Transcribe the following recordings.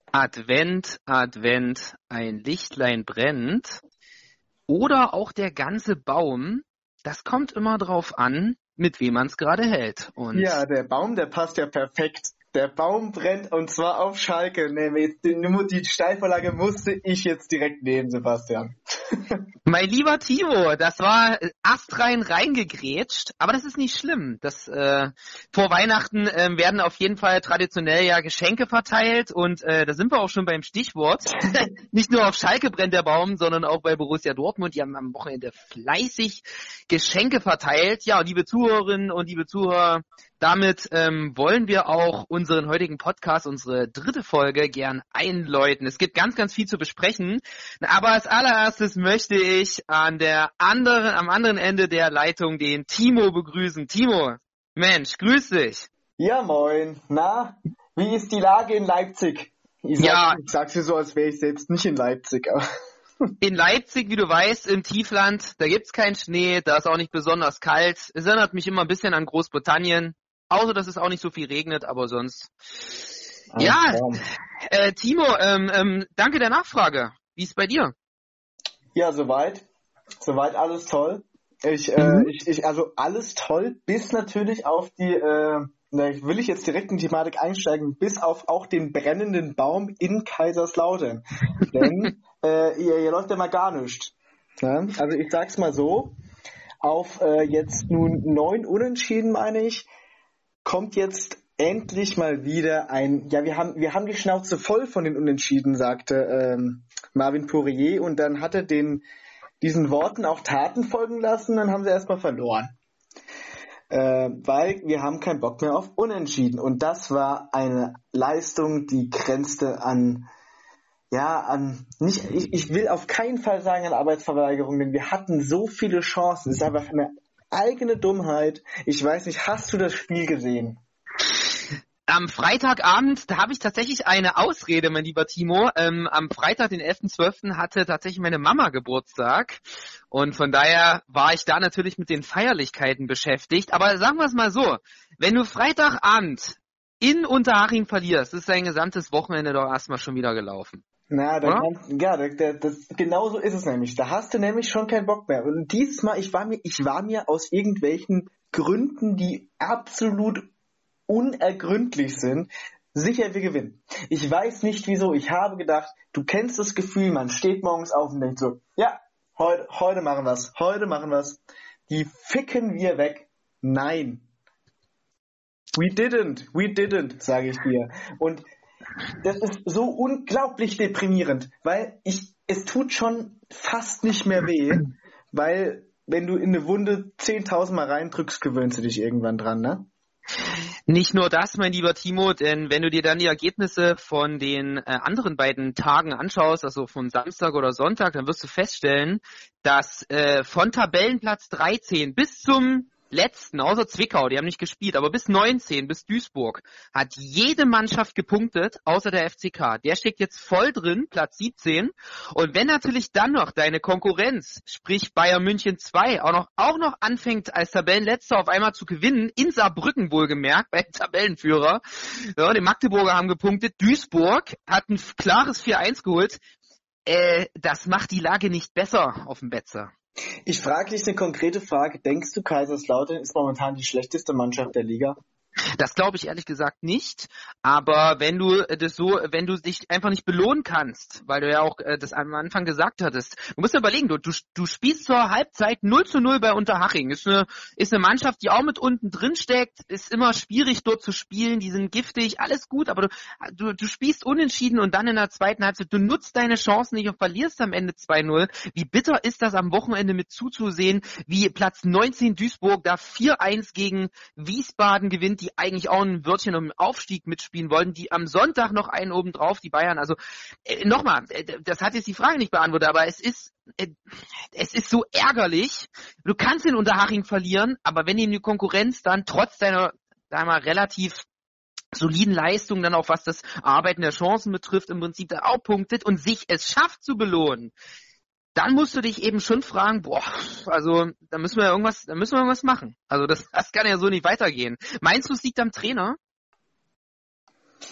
Advent, Advent, ein Lichtlein brennt. Oder auch der ganze Baum, das kommt immer drauf an, mit wem man es gerade hält. Und Ja, der Baum, der passt ja perfekt. Der Baum brennt und zwar auf Schalke. Die Steilvorlage musste ich jetzt direkt nehmen, Sebastian. mein lieber Timo, das war astrein reingegrätscht, aber das ist nicht schlimm. Vor Weihnachten werden auf jeden Fall traditionell ja Geschenke verteilt und da sind wir auch schon beim Stichwort. Nicht nur auf Schalke brennt der Baum, sondern auch bei Borussia Dortmund. Die haben am Wochenende fleißig Geschenke verteilt. Ja, liebe Zuhörerinnen und liebe Zuhörer, damit wollen wir auch unseren heutigen Podcast, unsere 3. Folge, gern einläuten. Es gibt ganz, ganz viel zu besprechen, aber als allererstes möchte ich am anderen Ende der Leitung den Timo begrüßen. Timo, Mensch, grüß dich. Ja, moin. Na, wie ist die Lage in Leipzig? Ich sag's dir so, als wäre ich jetzt nicht in Leipzig. Aber in Leipzig, wie du weißt, im Tiefland, da gibt's keinen Schnee, da ist auch nicht besonders kalt. Es erinnert mich immer ein bisschen an Großbritannien. Außer, dass es auch nicht so viel regnet, aber sonst. Timo, danke der Nachfrage. Wie ist bei dir? Ja, soweit alles toll. Also alles toll, bis natürlich auf will ich jetzt direkt in die Thematik einsteigen, bis auf auch den brennenden Baum in Kaiserslautern. Denn hier läuft ja mal gar nichts. Ja? Also ich sag's mal so, auf jetzt nun 9 Unentschieden, meine ich, kommt jetzt endlich mal wieder wir haben die Schnauze voll von den Unentschieden, sagte Marvin Poirier, und dann hat er diesen Worten auch Taten folgen lassen, dann haben sie erstmal verloren. Weil wir haben keinen Bock mehr auf Unentschieden. Und das war eine Leistung, die grenzte ich will auf keinen Fall sagen an Arbeitsverweigerung, denn wir hatten so viele Chancen. Es ist einfach eine eigene Dummheit. Ich weiß nicht, hast du das Spiel gesehen? Am Freitagabend, da habe ich tatsächlich eine Ausrede, mein lieber Timo. Am Freitag, den 11.12., hatte tatsächlich meine Mama Geburtstag. Und von daher war ich da natürlich mit den Feierlichkeiten beschäftigt. Aber sagen wir es mal so, wenn du Freitagabend in Unterhaching verlierst, ist dein gesamtes Wochenende doch erstmal schon wieder gelaufen. Na, genau so ist es nämlich. Da hast du nämlich schon keinen Bock mehr. Und dieses Mal, ich war mir aus irgendwelchen Gründen, die absolut unergründlich sind, sicher, wir gewinnen. Ich weiß nicht wieso. Ich habe gedacht, du kennst das Gefühl, man steht morgens auf und denkt so, ja, heute machen wir's. Die ficken wir weg. Nein. We didn't, sage ich dir. Und das ist so unglaublich deprimierend, weil es tut schon fast nicht mehr weh, weil wenn du in eine Wunde 10.000 Mal reindrückst, gewöhnst du dich irgendwann dran, ne? Nicht nur das, mein lieber Timo, denn wenn du dir dann die Ergebnisse von den anderen beiden Tagen anschaust, also von Samstag oder Sonntag, dann wirst du feststellen, dass von Tabellenplatz 13 bis zum letzten, außer Zwickau, die haben nicht gespielt, aber bis 19, bis Duisburg, hat jede Mannschaft gepunktet, außer der FCK. Der steckt jetzt voll drin, Platz 17. Und wenn natürlich dann noch deine Konkurrenz, sprich Bayern München 2, auch noch anfängt als Tabellenletzter auf einmal zu gewinnen, in Saarbrücken wohlgemerkt, beim Tabellenführer, ja, die Magdeburger haben gepunktet, Duisburg hat ein klares 4-1 geholt, das macht die Lage nicht besser auf dem Betzer. Ich frage dich eine konkrete Frage. Denkst du, Kaiserslautern ist momentan die schlechteste Mannschaft der Liga? Das glaube ich ehrlich gesagt nicht, aber wenn du dich einfach nicht belohnen kannst, weil du ja auch das am Anfang gesagt hattest, du musst dir überlegen, du spielst zur Halbzeit 0-0 bei Unterhaching, ist eine Mannschaft, die auch mit unten drin steckt, ist immer schwierig dort zu spielen, die sind giftig, alles gut, aber du spielst unentschieden und dann in der zweiten Halbzeit, du nutzt deine Chancen nicht und verlierst am Ende 2-0. Wie bitter ist das am Wochenende mit zuzusehen, wie Platz 19 Duisburg da 4-1 gegen Wiesbaden gewinnt, die eigentlich auch ein Wörtchen um den Aufstieg mitspielen wollten, die am Sonntag noch einen obendrauf, die Bayern. Also nochmal, das hat jetzt die Frage nicht beantwortet, aber es ist so ärgerlich. Du kannst in Unterhaching verlieren, aber wenn eben die Konkurrenz dann trotz deiner relativ soliden Leistung dann auch was das Arbeiten der Chancen betrifft, im Prinzip da auch punktet und sich es schafft zu belohnen, dann musst du dich eben schon fragen, da müssen wir irgendwas machen. Also das kann ja so nicht weitergehen. Meinst du, es liegt am Trainer?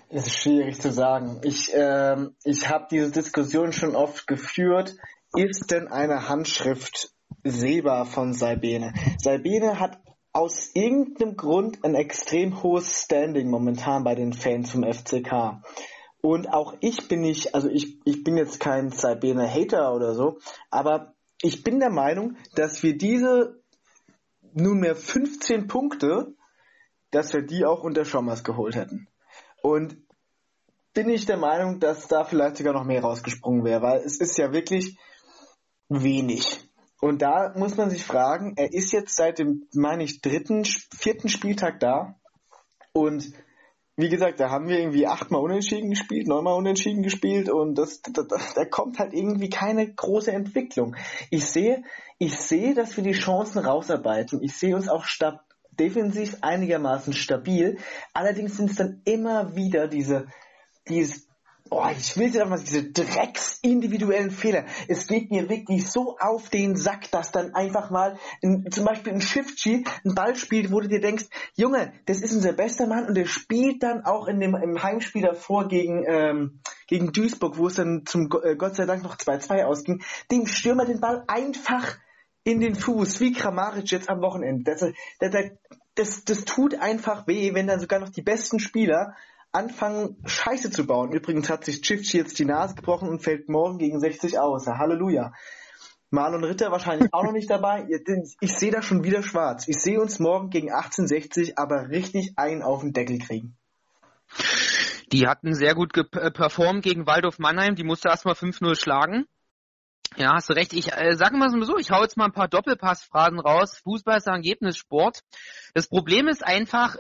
Das ist schwierig zu sagen. Ich habe diese Diskussion schon oft geführt. Ist denn eine Handschrift sehbar von Saibene? Saibene hat aus irgendeinem Grund ein extrem hohes Standing momentan bei den Fans vom FCK. Und auch ich bin bin jetzt kein Saibene-Hater oder so, aber ich bin der Meinung, dass wir diese nunmehr 15 Punkte, dass wir die auch unter Schommers geholt hätten. Und bin ich der Meinung, dass da vielleicht sogar noch mehr rausgesprungen wäre, weil es ist ja wirklich wenig. Und da muss man sich fragen, er ist jetzt seit dem, meine ich, vierten Spieltag da. Und wie gesagt, da haben wir irgendwie 8-mal unentschieden gespielt, 9-mal unentschieden gespielt und da kommt halt irgendwie keine große Entwicklung. Ich sehe, dass wir die Chancen rausarbeiten. Ich sehe uns auch defensiv einigermaßen stabil. Allerdings sind es dann immer wieder diese ich will jetzt einfach mal diese drecksindividuellen Fehler. Es geht mir wirklich so auf den Sack, dass dann einfach mal zum Beispiel ein Shifty einen Ball spielt, wo du dir denkst, Junge, das ist unser bester Mann und der spielt dann auch im Heimspiel davor gegen Duisburg, wo es dann zum Gott sei Dank noch 2-2 ausging, dem Stürmer den Ball einfach in den Fuß, wie Kramaric jetzt am Wochenende. Das tut einfach weh, wenn dann sogar noch die besten Spieler anfangen, Scheiße zu bauen. Übrigens hat sich Chifchi jetzt die Nase gebrochen und fällt morgen gegen 60 aus. Halleluja. Marlon Ritter wahrscheinlich auch noch nicht dabei. Ich sehe da schon wieder schwarz. Ich sehe uns morgen gegen 1860 aber richtig einen auf den Deckel kriegen. Die hatten sehr gut performt gegen Waldhof Mannheim. Die musste erstmal 5-0 schlagen. Ja, hast du recht. Ich sage mal so, ich hau jetzt mal ein paar Doppelpassphrasen raus. Fußball ist ein Ergebnissport. Das Problem ist einfach,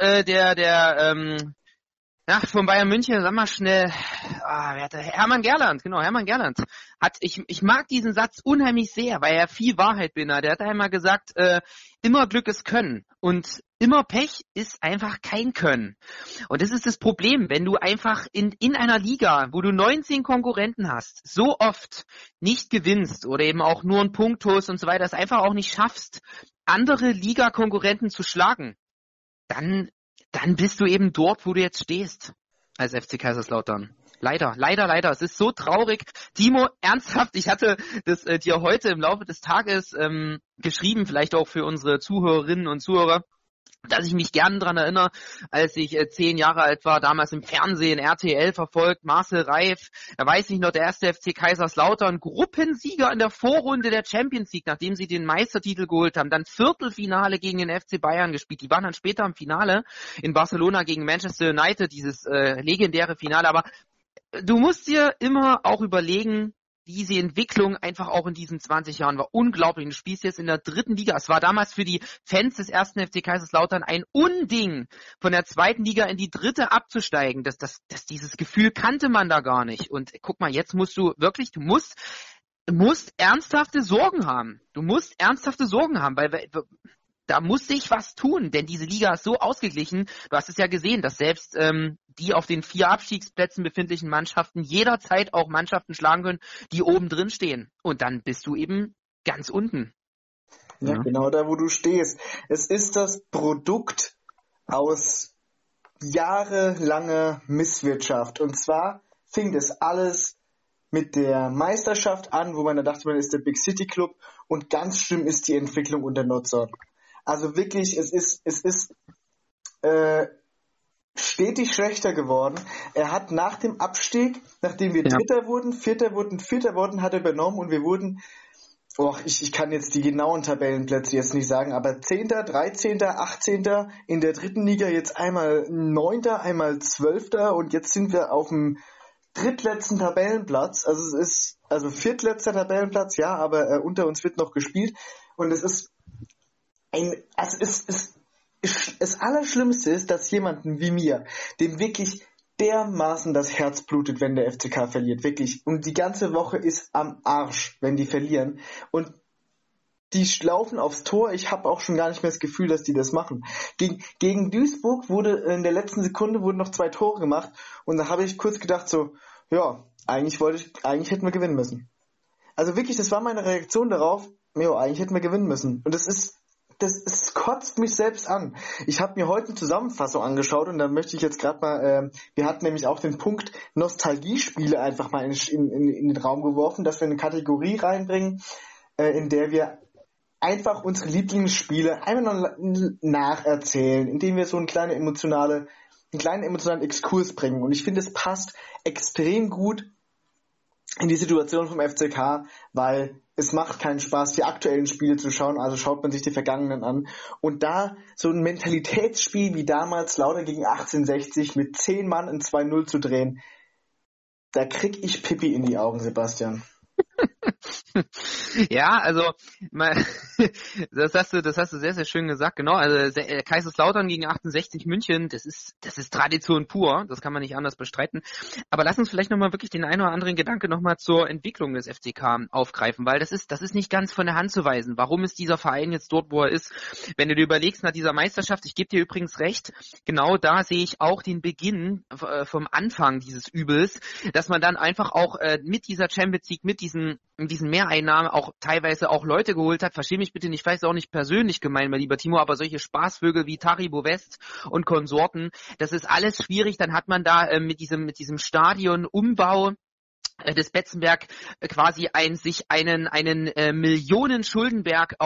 von Bayern München, sag mal schnell, wer hat der? Hermann Gerland. Ich mag diesen Satz unheimlich sehr, weil er viel Wahrheit bin. Der hat einmal gesagt, immer Glück ist Können und immer Pech ist einfach kein Können. Und das ist das Problem, wenn du einfach in einer Liga, wo du 19 Konkurrenten hast, so oft nicht gewinnst oder eben auch nur einen Punkt holst und so weiter, es einfach auch nicht schaffst, andere Liga-Konkurrenten zu schlagen, dann bist du eben dort, wo du jetzt stehst, als FC Kaiserslautern. Leider. Es ist so traurig. Timo, ernsthaft, ich hatte das dir heute im Laufe des Tages geschrieben, vielleicht auch für unsere Zuhörerinnen und Zuhörer, dass ich mich gerne daran erinnere, als ich 10 Jahre alt war, damals im Fernsehen, RTL verfolgt, Marcel Reif, da weiß ich noch, der erste FC Kaiserslautern, Gruppensieger in der Vorrunde der Champions League, nachdem sie den Meistertitel geholt haben, dann Viertelfinale gegen den FC Bayern gespielt, die waren dann später im Finale in Barcelona gegen Manchester United, dieses legendäre Finale, aber du musst dir immer auch überlegen, diese Entwicklung einfach auch in diesen 20 Jahren war unglaublich. Du spielst jetzt in der 3. Liga. Es war damals für die Fans des 1. FC Kaiserslautern ein Unding, von der 2. Liga in die 3. abzusteigen. Dieses Gefühl kannte man da gar nicht. Und guck mal, jetzt musst du musst ernsthafte Sorgen haben. Weil da muss sich was tun, denn diese Liga ist so ausgeglichen. Du hast es ja gesehen, dass selbst die auf den 4 Abstiegsplätzen befindlichen Mannschaften jederzeit auch Mannschaften schlagen können, die oben drin stehen. Und dann bist du eben ganz unten. Ja, genau da, wo du stehst. Es ist das Produkt aus jahrelanger Misswirtschaft. Und zwar fing das alles mit der Meisterschaft an, wo man da dachte, man ist der Big City Club. Und ganz schlimm ist die Entwicklung unter Notzer. Also wirklich, es ist stetig schlechter geworden. Er hat nach dem Abstieg, nachdem wir Dritter wurden, Vierter wurden, hat er übernommen und wir wurden, ich kann jetzt die genauen Tabellenplätze jetzt nicht sagen, aber 10., 13., 18. in der 3. Liga, jetzt einmal 9., einmal 12. und jetzt sind wir auf dem drittletzten Tabellenplatz. Also es ist viertletzter Tabellenplatz, ja, aber unter uns wird noch gespielt und es ist das Allerschlimmste ist, dass jemanden wie mir, dem wirklich dermaßen das Herz blutet, wenn der FCK verliert, wirklich. Und die ganze Woche ist am Arsch, wenn die verlieren. Und die laufen aufs Tor. Ich habe auch schon gar nicht mehr das Gefühl, dass die das machen. Gegen Duisburg wurde in der letzten Sekunde noch 2 Tore gemacht. Und da habe ich kurz gedacht so, ja, eigentlich hätten wir gewinnen müssen. Also wirklich, das war meine Reaktion darauf, eigentlich hätten wir gewinnen müssen. Und das ist es kotzt mich selbst an. Ich habe mir heute eine Zusammenfassung angeschaut und da möchte ich jetzt gerade mal, wir hatten nämlich auch den Punkt Nostalgiespiele einfach mal in den Raum geworfen, dass wir eine Kategorie reinbringen, in der wir einfach unsere Lieblingsspiele einfach noch nacherzählen, indem wir so einen kleinen emotionalen Exkurs bringen. Und ich finde, es passt extrem gut in die Situation vom FCK, weil es macht keinen Spaß, die aktuellen Spiele zu schauen, also schaut man sich die vergangenen an. Und da so ein Mentalitätsspiel wie damals Lauter gegen 1860 mit 10 Mann in 2-0 zu drehen, da krieg ich Pipi in die Augen, Sebastian. Ja, also das hast du sehr, sehr schön gesagt, genau. Also Kaiserslautern gegen 1860 München, das ist Tradition pur, das kann man nicht anders bestreiten. Aber lass uns vielleicht nochmal wirklich den einen oder anderen Gedanke nochmal zur Entwicklung des FCK aufgreifen, weil das ist nicht ganz von der Hand zu weisen. Warum ist dieser Verein jetzt dort, wo er ist? Wenn du dir überlegst nach dieser Meisterschaft, ich gebe dir übrigens recht, genau da sehe ich auch den Beginn vom Anfang dieses Übels, dass man dann einfach auch mit dieser Champions League, mit diesen Mehreinnahmen auch teilweise auch Leute geholt hat, versteh mich bitte nicht, ich weiß auch nicht persönlich gemeint, mein lieber Timo, aber solche Spaßvögel wie Taribo West und Konsorten, das ist alles schwierig, dann hat man da mit diesem Stadionumbau des Betzenberg quasi einen Millionen Schuldenberg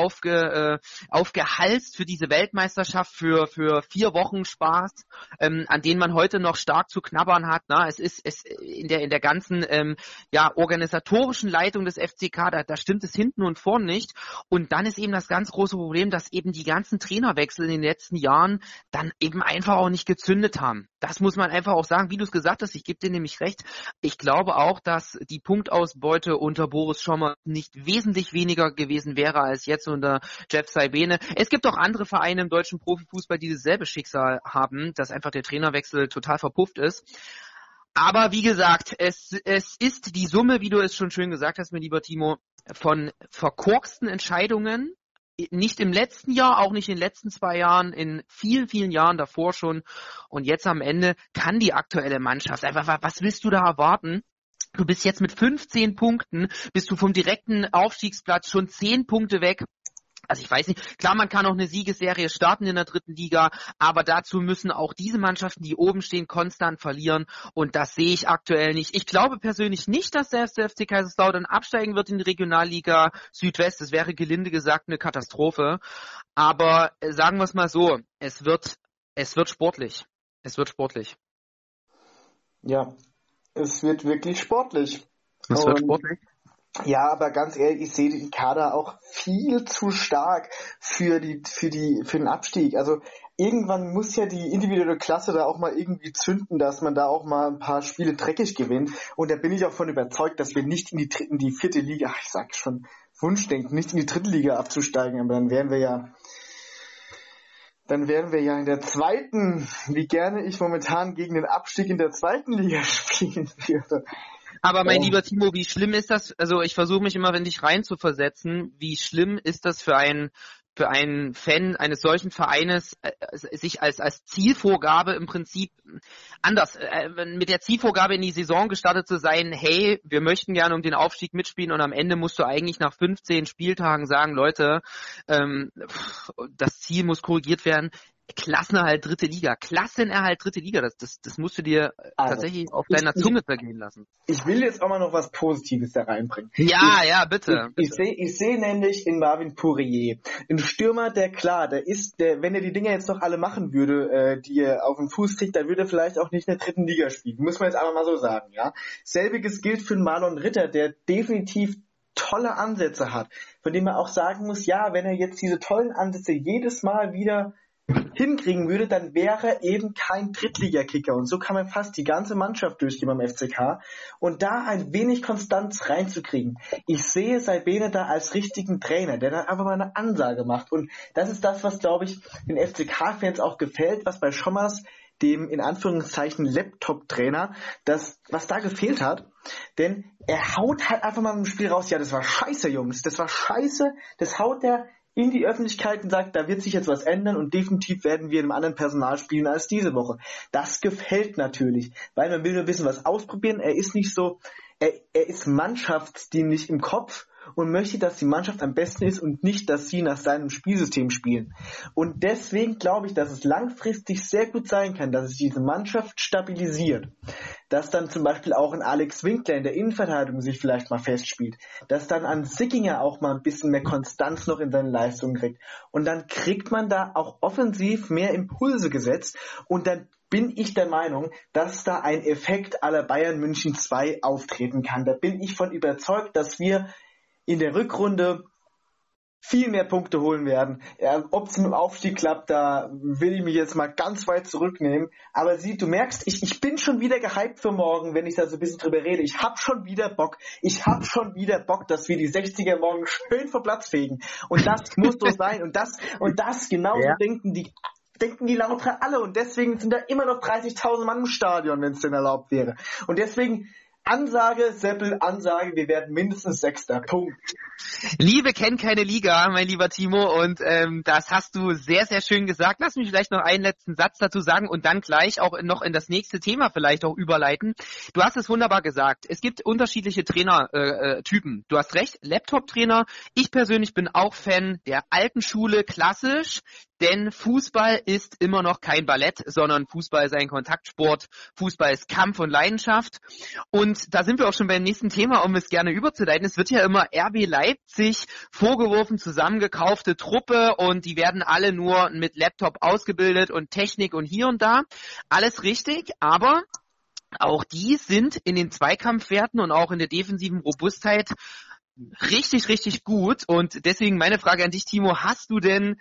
aufgehalst für diese Weltmeisterschaft für 4 Wochen Spaß, an denen man heute noch stark zu knabbern hat. Na, es in der ganzen organisatorischen Leitung des FCK, da stimmt es hinten und vorn nicht. Und dann ist eben das ganz große Problem, dass eben die ganzen Trainerwechsel in den letzten Jahren dann eben einfach auch nicht gezündet haben. Das muss man einfach auch sagen, wie du es gesagt hast, ich gebe dir nämlich recht. Ich glaube auch, dass die Punktausbeute unter Boris Schommers nicht wesentlich weniger gewesen wäre als jetzt unter Jeff Saibene. Es gibt auch andere Vereine im deutschen Profifußball, die dasselbe Schicksal haben, dass einfach der Trainerwechsel total verpufft ist. Aber wie gesagt, es ist die Summe, wie du es schon schön gesagt hast, mein lieber Timo, von verkorksten Entscheidungen, nicht im letzten Jahr, auch nicht in den letzten 2 Jahren, in vielen, vielen Jahren davor schon. Und jetzt am Ende kann die aktuelle Mannschaft einfach, was willst du da erwarten? Du bist jetzt mit 15 Punkten, bist du vom direkten Aufstiegsplatz schon 10 Punkte weg. Also ich weiß nicht, klar, man kann auch eine Siegesserie starten in der 3. Liga, aber dazu müssen auch diese Mannschaften, die oben stehen, konstant verlieren und das sehe ich aktuell nicht. Ich glaube persönlich nicht, dass der FC Kaiserslautern absteigen wird in die Regionalliga Südwest. Das wäre gelinde gesagt eine Katastrophe, aber sagen wir es mal so, es wird sportlich. Es wird sportlich. Ja, es wird wirklich sportlich. Es wird sportlich. Ja, aber ganz ehrlich, ich sehe den Kader auch viel zu stark für den Abstieg. Also irgendwann muss ja die individuelle Klasse da auch mal irgendwie zünden, dass man da auch mal ein paar Spiele dreckig gewinnt. Und da bin ich auch von überzeugt, dass wir nicht in die 4. Liga, ich sag schon, Wunschdenken, nicht in die 3. Liga abzusteigen, aber dann wären wir ja in der 2., wie gerne ich momentan gegen den Abstieg in der 2. Liga spielen würde. Aber mein lieber Timo, wie schlimm ist das? Also ich versuche mich immer, wenn dich rein zu versetzen, wie schlimm ist das für einen Fan eines solchen Vereines, sich als Zielvorgabe im Prinzip anders, mit der Zielvorgabe in die Saison gestartet zu sein, hey, wir möchten gerne um den Aufstieg mitspielen und am Ende musst du eigentlich nach 15 Spieltagen sagen, Leute, das Ziel muss korrigiert werden. Klassenerhalt 3. Liga, das musst du dir tatsächlich auf deiner Zunge zergehen lassen. Ich will jetzt auch mal noch was Positives da reinbringen. Ja, bitte. Ich sehe nämlich in Marvin Poirier einen Stürmer, der wenn er die Dinger jetzt noch alle machen würde, die er auf den Fuß kriegt, dann würde er vielleicht auch nicht in der 3. Liga spielen. Muss man jetzt einfach mal so sagen, ja. Selbiges gilt für einen Marlon Ritter, der definitiv tolle Ansätze hat, von dem man auch sagen muss, ja, wenn er jetzt diese tollen Ansätze jedes Mal wieder hinkriegen würde, dann wäre er eben kein Drittligakicker. Und so kann man fast die ganze Mannschaft durchgehen beim FCK. Und da ein wenig Konstanz reinzukriegen. Ich sehe Saibene da als richtigen Trainer, der dann einfach mal eine Ansage macht. Und das ist das, was, glaube ich, den FCK-Fans auch gefällt, was bei Schommers, dem in Anführungszeichen Laptop-Trainer, was da gefehlt hat. Denn er haut halt einfach mal im Spiel raus, ja, das war scheiße, Jungs, das war scheiße, das haut der in die Öffentlichkeit und sagt, da wird sich jetzt was ändern und definitiv werden wir in einem anderen Personal spielen als diese Woche. Das gefällt natürlich, weil man will nur ein bisschen was ausprobieren. Er ist nicht so, er ist mannschaftsdienlich im Kopf und möchte, dass die Mannschaft am besten ist und nicht, dass sie nach seinem Spielsystem spielen. Und deswegen glaube ich, dass es langfristig sehr gut sein kann, dass es diese Mannschaft stabilisiert. Dass dann zum Beispiel auch ein Alex Winkler in der Innenverteidigung sich vielleicht mal festspielt. Dass dann ein Sickinger auch mal ein bisschen mehr Konstanz noch in seine Leistung kriegt. Und dann kriegt man da auch offensiv mehr Impulse gesetzt und dann bin ich der Meinung, dass da ein Effekt à la Bayern München 2 auftreten kann. Da bin ich von überzeugt, dass wir in der Rückrunde viel mehr Punkte holen werden. Ja, ob es mit dem Aufstieg klappt, da will ich mich jetzt mal ganz weit zurücknehmen. Aber du merkst, ich bin schon wieder gehypt für morgen, wenn ich da so ein bisschen drüber rede. Ich hab schon wieder Bock. Dass wir die 60er morgen schön vom Platz fegen. Und das muss so sein. Und das genauso denken die Lauterer alle und deswegen sind da immer noch 30.000 Mann im Stadion, wenn es denn erlaubt wäre. Und deswegen Ansage, Seppel, Ansage, wir werden mindestens Sechster. Punkt. Liebe kennt keine Liga, mein lieber Timo, und das hast du sehr, sehr schön gesagt. Lass mich vielleicht noch einen letzten Satz dazu sagen und dann gleich auch noch in das nächste Thema vielleicht auch überleiten. Du hast es wunderbar gesagt. Es gibt unterschiedliche Trainertypen. Du hast recht, Laptop-Trainer. Ich persönlich bin auch Fan der alten Schule, klassisch. Denn Fußball ist immer noch kein Ballett, sondern Fußball ist ein Kontaktsport. Fußball ist Kampf und Leidenschaft. Und da sind wir auch schon beim nächsten Thema, um es gerne überzuleiten. Es wird ja immer RB Leipzig vorgeworfen, zusammengekaufte Truppe und die werden alle nur mit Laptop ausgebildet und Technik und hier und da. Alles richtig, aber auch die sind in den Zweikampfwerten und auch in der defensiven Robustheit richtig, richtig gut. Und deswegen meine Frage an dich, Timo, hast du denn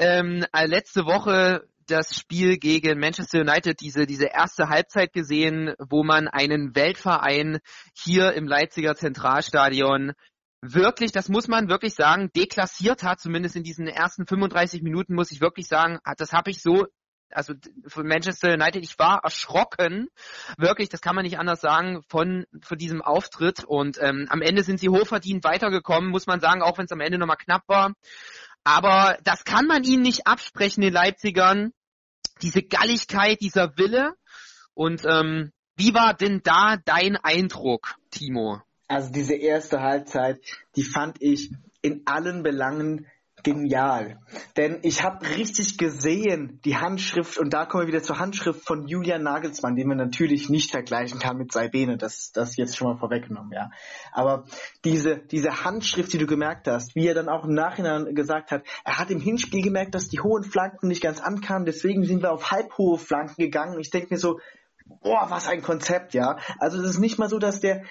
letzte Woche das Spiel gegen Manchester United, diese erste Halbzeit gesehen, wo man einen Weltverein hier im Leipziger Zentralstadion wirklich, das muss man wirklich sagen, deklassiert hat, zumindest in diesen ersten 35 Minuten, muss ich wirklich sagen, das habe ich so, also von Manchester United, ich war erschrocken, wirklich, das kann man nicht anders sagen, von diesem Auftritt und am Ende sind sie hochverdient weitergekommen, muss man sagen, auch wenn es am Ende nochmal knapp war, aber das kann man ihnen nicht absprechen, den Leipzigern, diese Galligkeit, dieser Wille und wie war denn da dein Eindruck, Timo? Also diese erste Halbzeit, die fand ich in allen Belangen genial. Denn ich habe richtig gesehen, die Handschrift, und da kommen wir wieder zur Handschrift von Julian Nagelsmann, den man natürlich nicht vergleichen kann mit Saibene, das jetzt schon mal vorweggenommen, ja. Aber diese Handschrift, die du gemerkt hast, wie er dann auch im Nachhinein gesagt hat, er hat im Hinspiel gemerkt, dass die hohen Flanken nicht ganz ankamen, deswegen sind wir auf halbhohe Flanken gegangen. Ich denke mir so, boah, was ein Konzept, ja. Also es ist nicht mal so, dass er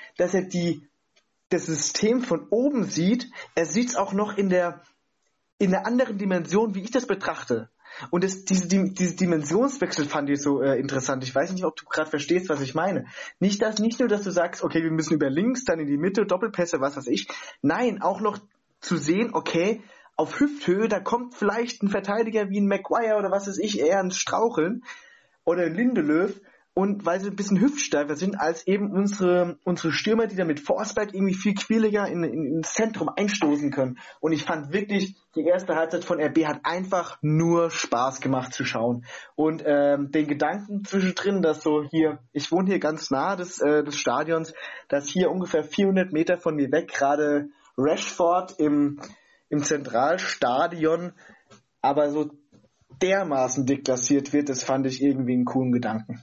das System von oben sieht, er sieht es auch noch in der anderen Dimension, wie ich das betrachte. Und diese Dimensionswechsel fand ich so interessant. Ich weiß nicht, ob du gerade verstehst, was ich meine. Nicht nur, dass du sagst, okay, wir müssen über links, dann in die Mitte, Doppelpässe, was weiß ich. Nein, auch noch zu sehen, okay, auf Hüfthöhe, da kommt vielleicht ein Verteidiger wie ein Maguire oder was weiß ich, eher ins Straucheln oder ein Lindelöw. Und weil sie ein bisschen hüftsteifer sind als eben unsere Stürmer, die da mit Forsberg irgendwie viel quirliger ins Zentrum einstoßen können. Und ich fand wirklich, die erste Halbzeit von RB hat einfach nur Spaß gemacht zu schauen. Und den Gedanken zwischendrin, dass so hier, ich wohne hier ganz nah des Stadions, dass hier ungefähr 400 Meter von mir weg gerade Rashford im Zentralstadion aber so dermaßen deklassiert wird, das fand ich irgendwie einen coolen Gedanken.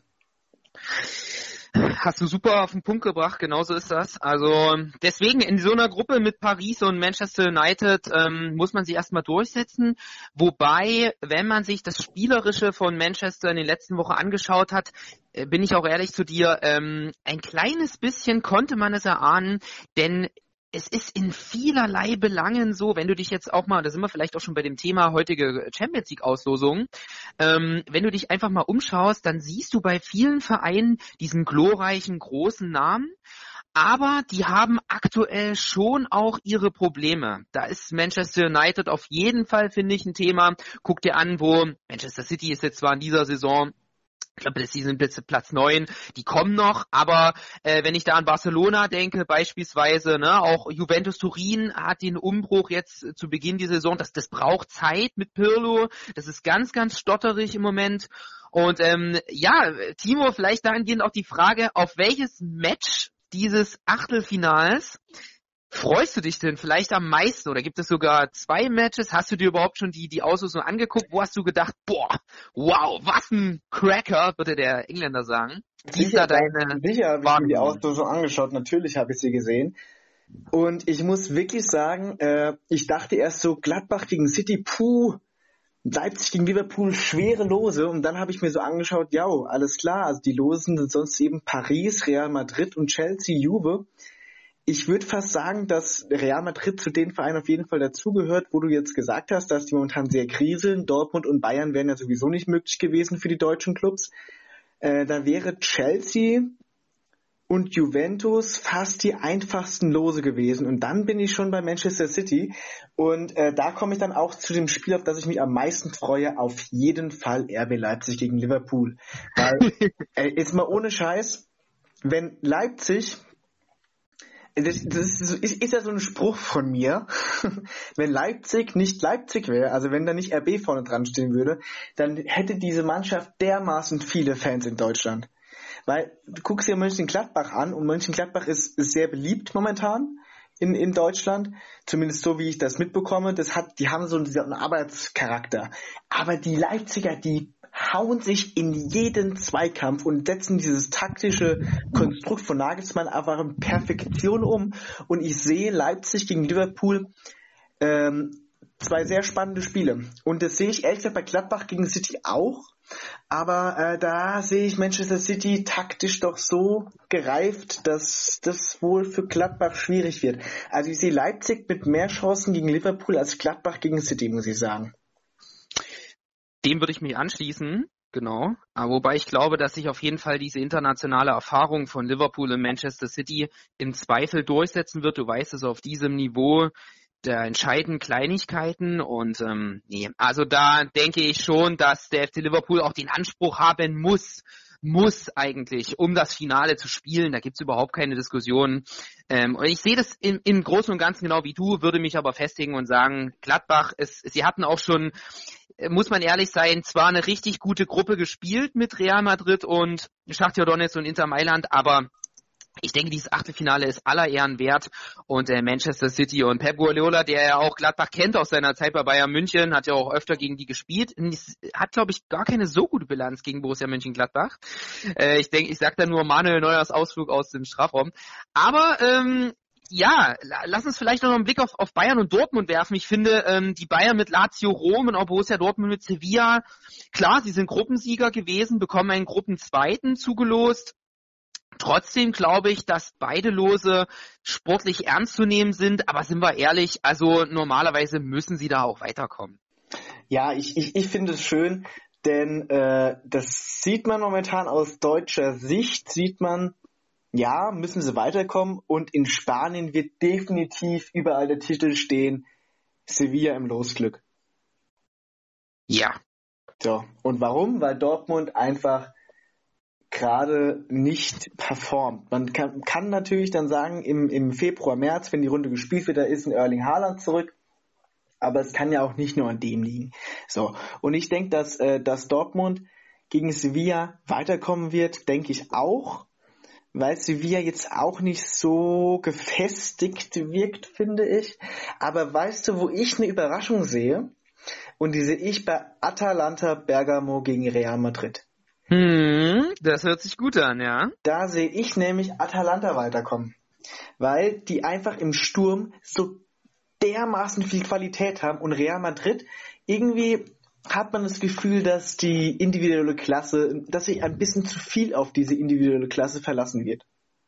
Hast du super auf den Punkt gebracht, genauso ist das. Also deswegen in so einer Gruppe mit Paris und Manchester United muss man sich erstmal durchsetzen. Wobei, wenn man sich das Spielerische von Manchester in den letzten Wochen angeschaut hat, bin ich auch ehrlich zu dir, ein kleines bisschen konnte man es erahnen, denn es ist in vielerlei Belangen so, wenn du dich jetzt auch mal, da sind wir vielleicht auch schon bei dem Thema heutige Champions League Auslosung, wenn du dich einfach mal umschaust, dann siehst du bei vielen Vereinen diesen glorreichen großen Namen, aber die haben aktuell schon auch ihre Probleme. Da ist Manchester United auf jeden Fall, finde ich, ein Thema. Guck dir an, wo Manchester City ist jetzt zwar in dieser Saison, ich glaube, die sind Platz 9, die kommen noch, aber wenn ich da an Barcelona denke beispielsweise, ne, auch Juventus Turin hat den Umbruch jetzt zu Beginn dieser Saison, das braucht Zeit mit Pirlo, das ist ganz, ganz stotterig im Moment. Und ja, Timo, vielleicht dahingehend auch die Frage, auf welches Match dieses Achtelfinals Freust du dich denn vielleicht am meisten oder gibt es sogar 2 Matches? Hast du dir überhaupt schon die Auslosung angeguckt? Wo hast du gedacht, boah, wow, was ein Cracker, würde der Engländer sagen. Wie ist da deine Sicher habe ich mir die Auslosung angeschaut, natürlich habe ich sie gesehen. Und ich muss wirklich sagen, ich dachte erst so, Gladbach gegen City, Leipzig gegen Liverpool, schwere Lose. Und dann habe ich mir so angeschaut, ja, alles klar, also die Losen sind sonst eben Paris, Real Madrid und Chelsea, Juve. Ich würde fast sagen, dass Real Madrid zu den Vereinen auf jeden Fall dazugehört, wo du jetzt gesagt hast, dass die momentan sehr kriseln. Dortmund und Bayern wären ja sowieso nicht möglich gewesen für die deutschen Clubs. Da wäre Chelsea und Juventus fast die einfachsten Lose gewesen. Und dann bin ich schon bei Manchester City. Und da komme ich dann auch zu dem Spiel, auf das ich mich am meisten freue, auf jeden Fall RB Leipzig gegen Liverpool. Weil, jetzt mal ohne Scheiß, wenn Leipzig... Das ist ja so ein Spruch von mir. Wenn Leipzig nicht Leipzig wäre, also wenn da nicht RB vorne dran stehen würde, dann hätte diese Mannschaft dermaßen viele Fans in Deutschland. Weil du guckst dir Mönchengladbach an und Mönchengladbach ist sehr beliebt momentan in Deutschland. Zumindest so, wie ich das mitbekomme. Die haben so einen Arbeitscharakter. Aber die Leipziger, die hauen sich in jeden Zweikampf und setzen dieses taktische Konstrukt von Nagelsmann einfach in Perfektion um. Und ich sehe Leipzig gegen Liverpool 2 sehr spannende Spiele. Und das sehe ich ehrlich gesagt bei Gladbach gegen City auch. Aber da sehe ich Manchester City taktisch doch so gereift, dass das wohl für Gladbach schwierig wird. Also ich sehe Leipzig mit mehr Chancen gegen Liverpool als Gladbach gegen City, muss ich sagen. Dem würde ich mich anschließen, genau. Aber wobei ich glaube, dass sich auf jeden Fall diese internationale Erfahrung von Liverpool und Manchester City im Zweifel durchsetzen wird. Du weißt es, auf diesem Niveau, da entscheiden Kleinigkeiten und also da denke ich schon, dass der FC Liverpool auch den Anspruch haben muss eigentlich, um das Finale zu spielen. Da gibt's überhaupt keine Diskussion. Und ich sehe das im Großen und Ganzen genau wie du, würde mich aber festigen und sagen, Gladbach, sie hatten auch schon, muss man ehrlich sein, zwar eine richtig gute Gruppe gespielt mit Real Madrid und Schachtar Donetsk und Inter Mailand, aber ich denke, dieses Achtelfinale ist aller Ehren wert und Manchester City und Pep Guardiola, der ja auch Gladbach kennt aus seiner Zeit bei Bayern München, hat ja auch öfter gegen die gespielt, hat, glaube ich, gar keine so gute Bilanz gegen Borussia Mönchengladbach. Ich sag da nur Manuel Neuers Ausflug aus dem Strafraum. Aber ja, lass uns vielleicht noch einen Blick auf Bayern und Dortmund werfen. Ich finde, die Bayern mit Lazio Rom und auch Borussia Dortmund mit Sevilla, klar, sie sind Gruppensieger gewesen, bekommen einen Gruppenzweiten zugelost. Trotzdem glaube ich, dass beide Lose sportlich ernst zu nehmen sind, aber sind wir ehrlich, also normalerweise müssen sie da auch weiterkommen. Ja, ich finde es schön, denn das sieht man momentan aus deutscher Sicht, ja, müssen sie weiterkommen und in Spanien wird definitiv überall der Titel stehen, Sevilla im Losglück. Ja. So, und warum? Weil Dortmund einfach gerade nicht performt. Man kann natürlich dann sagen, im Februar, März, wenn die Runde gespielt wird, da ist ein Erling Haaland zurück. Aber es kann ja auch nicht nur an dem liegen. So, und ich denke, dass Dortmund gegen Sevilla weiterkommen wird, denke ich auch, weil Sevilla jetzt auch nicht so gefestigt wirkt, finde ich. Aber weißt du, wo ich eine Überraschung sehe? Und die sehe ich bei Atalanta Bergamo gegen Real Madrid. Das hört sich gut an, ja. Da sehe ich nämlich Atalanta weiterkommen, weil die einfach im Sturm so dermaßen viel Qualität haben und Real Madrid, irgendwie hat man das Gefühl, dass die individuelle Klasse, dass sich ein bisschen zu viel auf diese individuelle Klasse verlassen wird.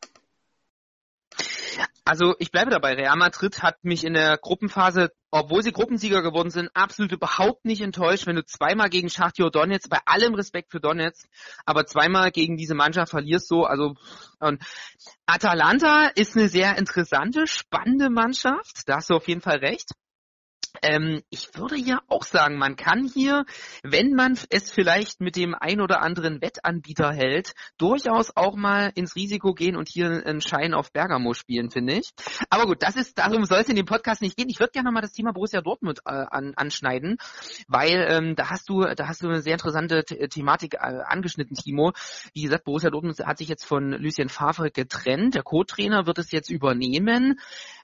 Also ich bleibe dabei, Real Madrid hat mich in der Gruppenphase, obwohl sie Gruppensieger geworden sind, absolut überhaupt nicht enttäuscht, wenn du zweimal gegen Schachtar Donetsk, bei allem Respekt für Donetsk, aber zweimal gegen diese Mannschaft verlierst so, also und Atalanta ist eine sehr interessante, spannende Mannschaft, da hast du auf jeden Fall recht. Ich würde ja auch sagen, man kann hier, wenn man es vielleicht mit dem ein oder anderen Wettanbieter hält, durchaus auch mal ins Risiko gehen und hier einen Schein auf Bergamo spielen, finde ich. Aber gut, darum soll es in dem Podcast nicht gehen. Ich würde gerne nochmal das Thema Borussia Dortmund anschneiden, weil da hast du eine sehr interessante Thematik angeschnitten, Timo. Wie gesagt, Borussia Dortmund hat sich jetzt von Lucien Favre getrennt. Der Co-Trainer wird es jetzt übernehmen.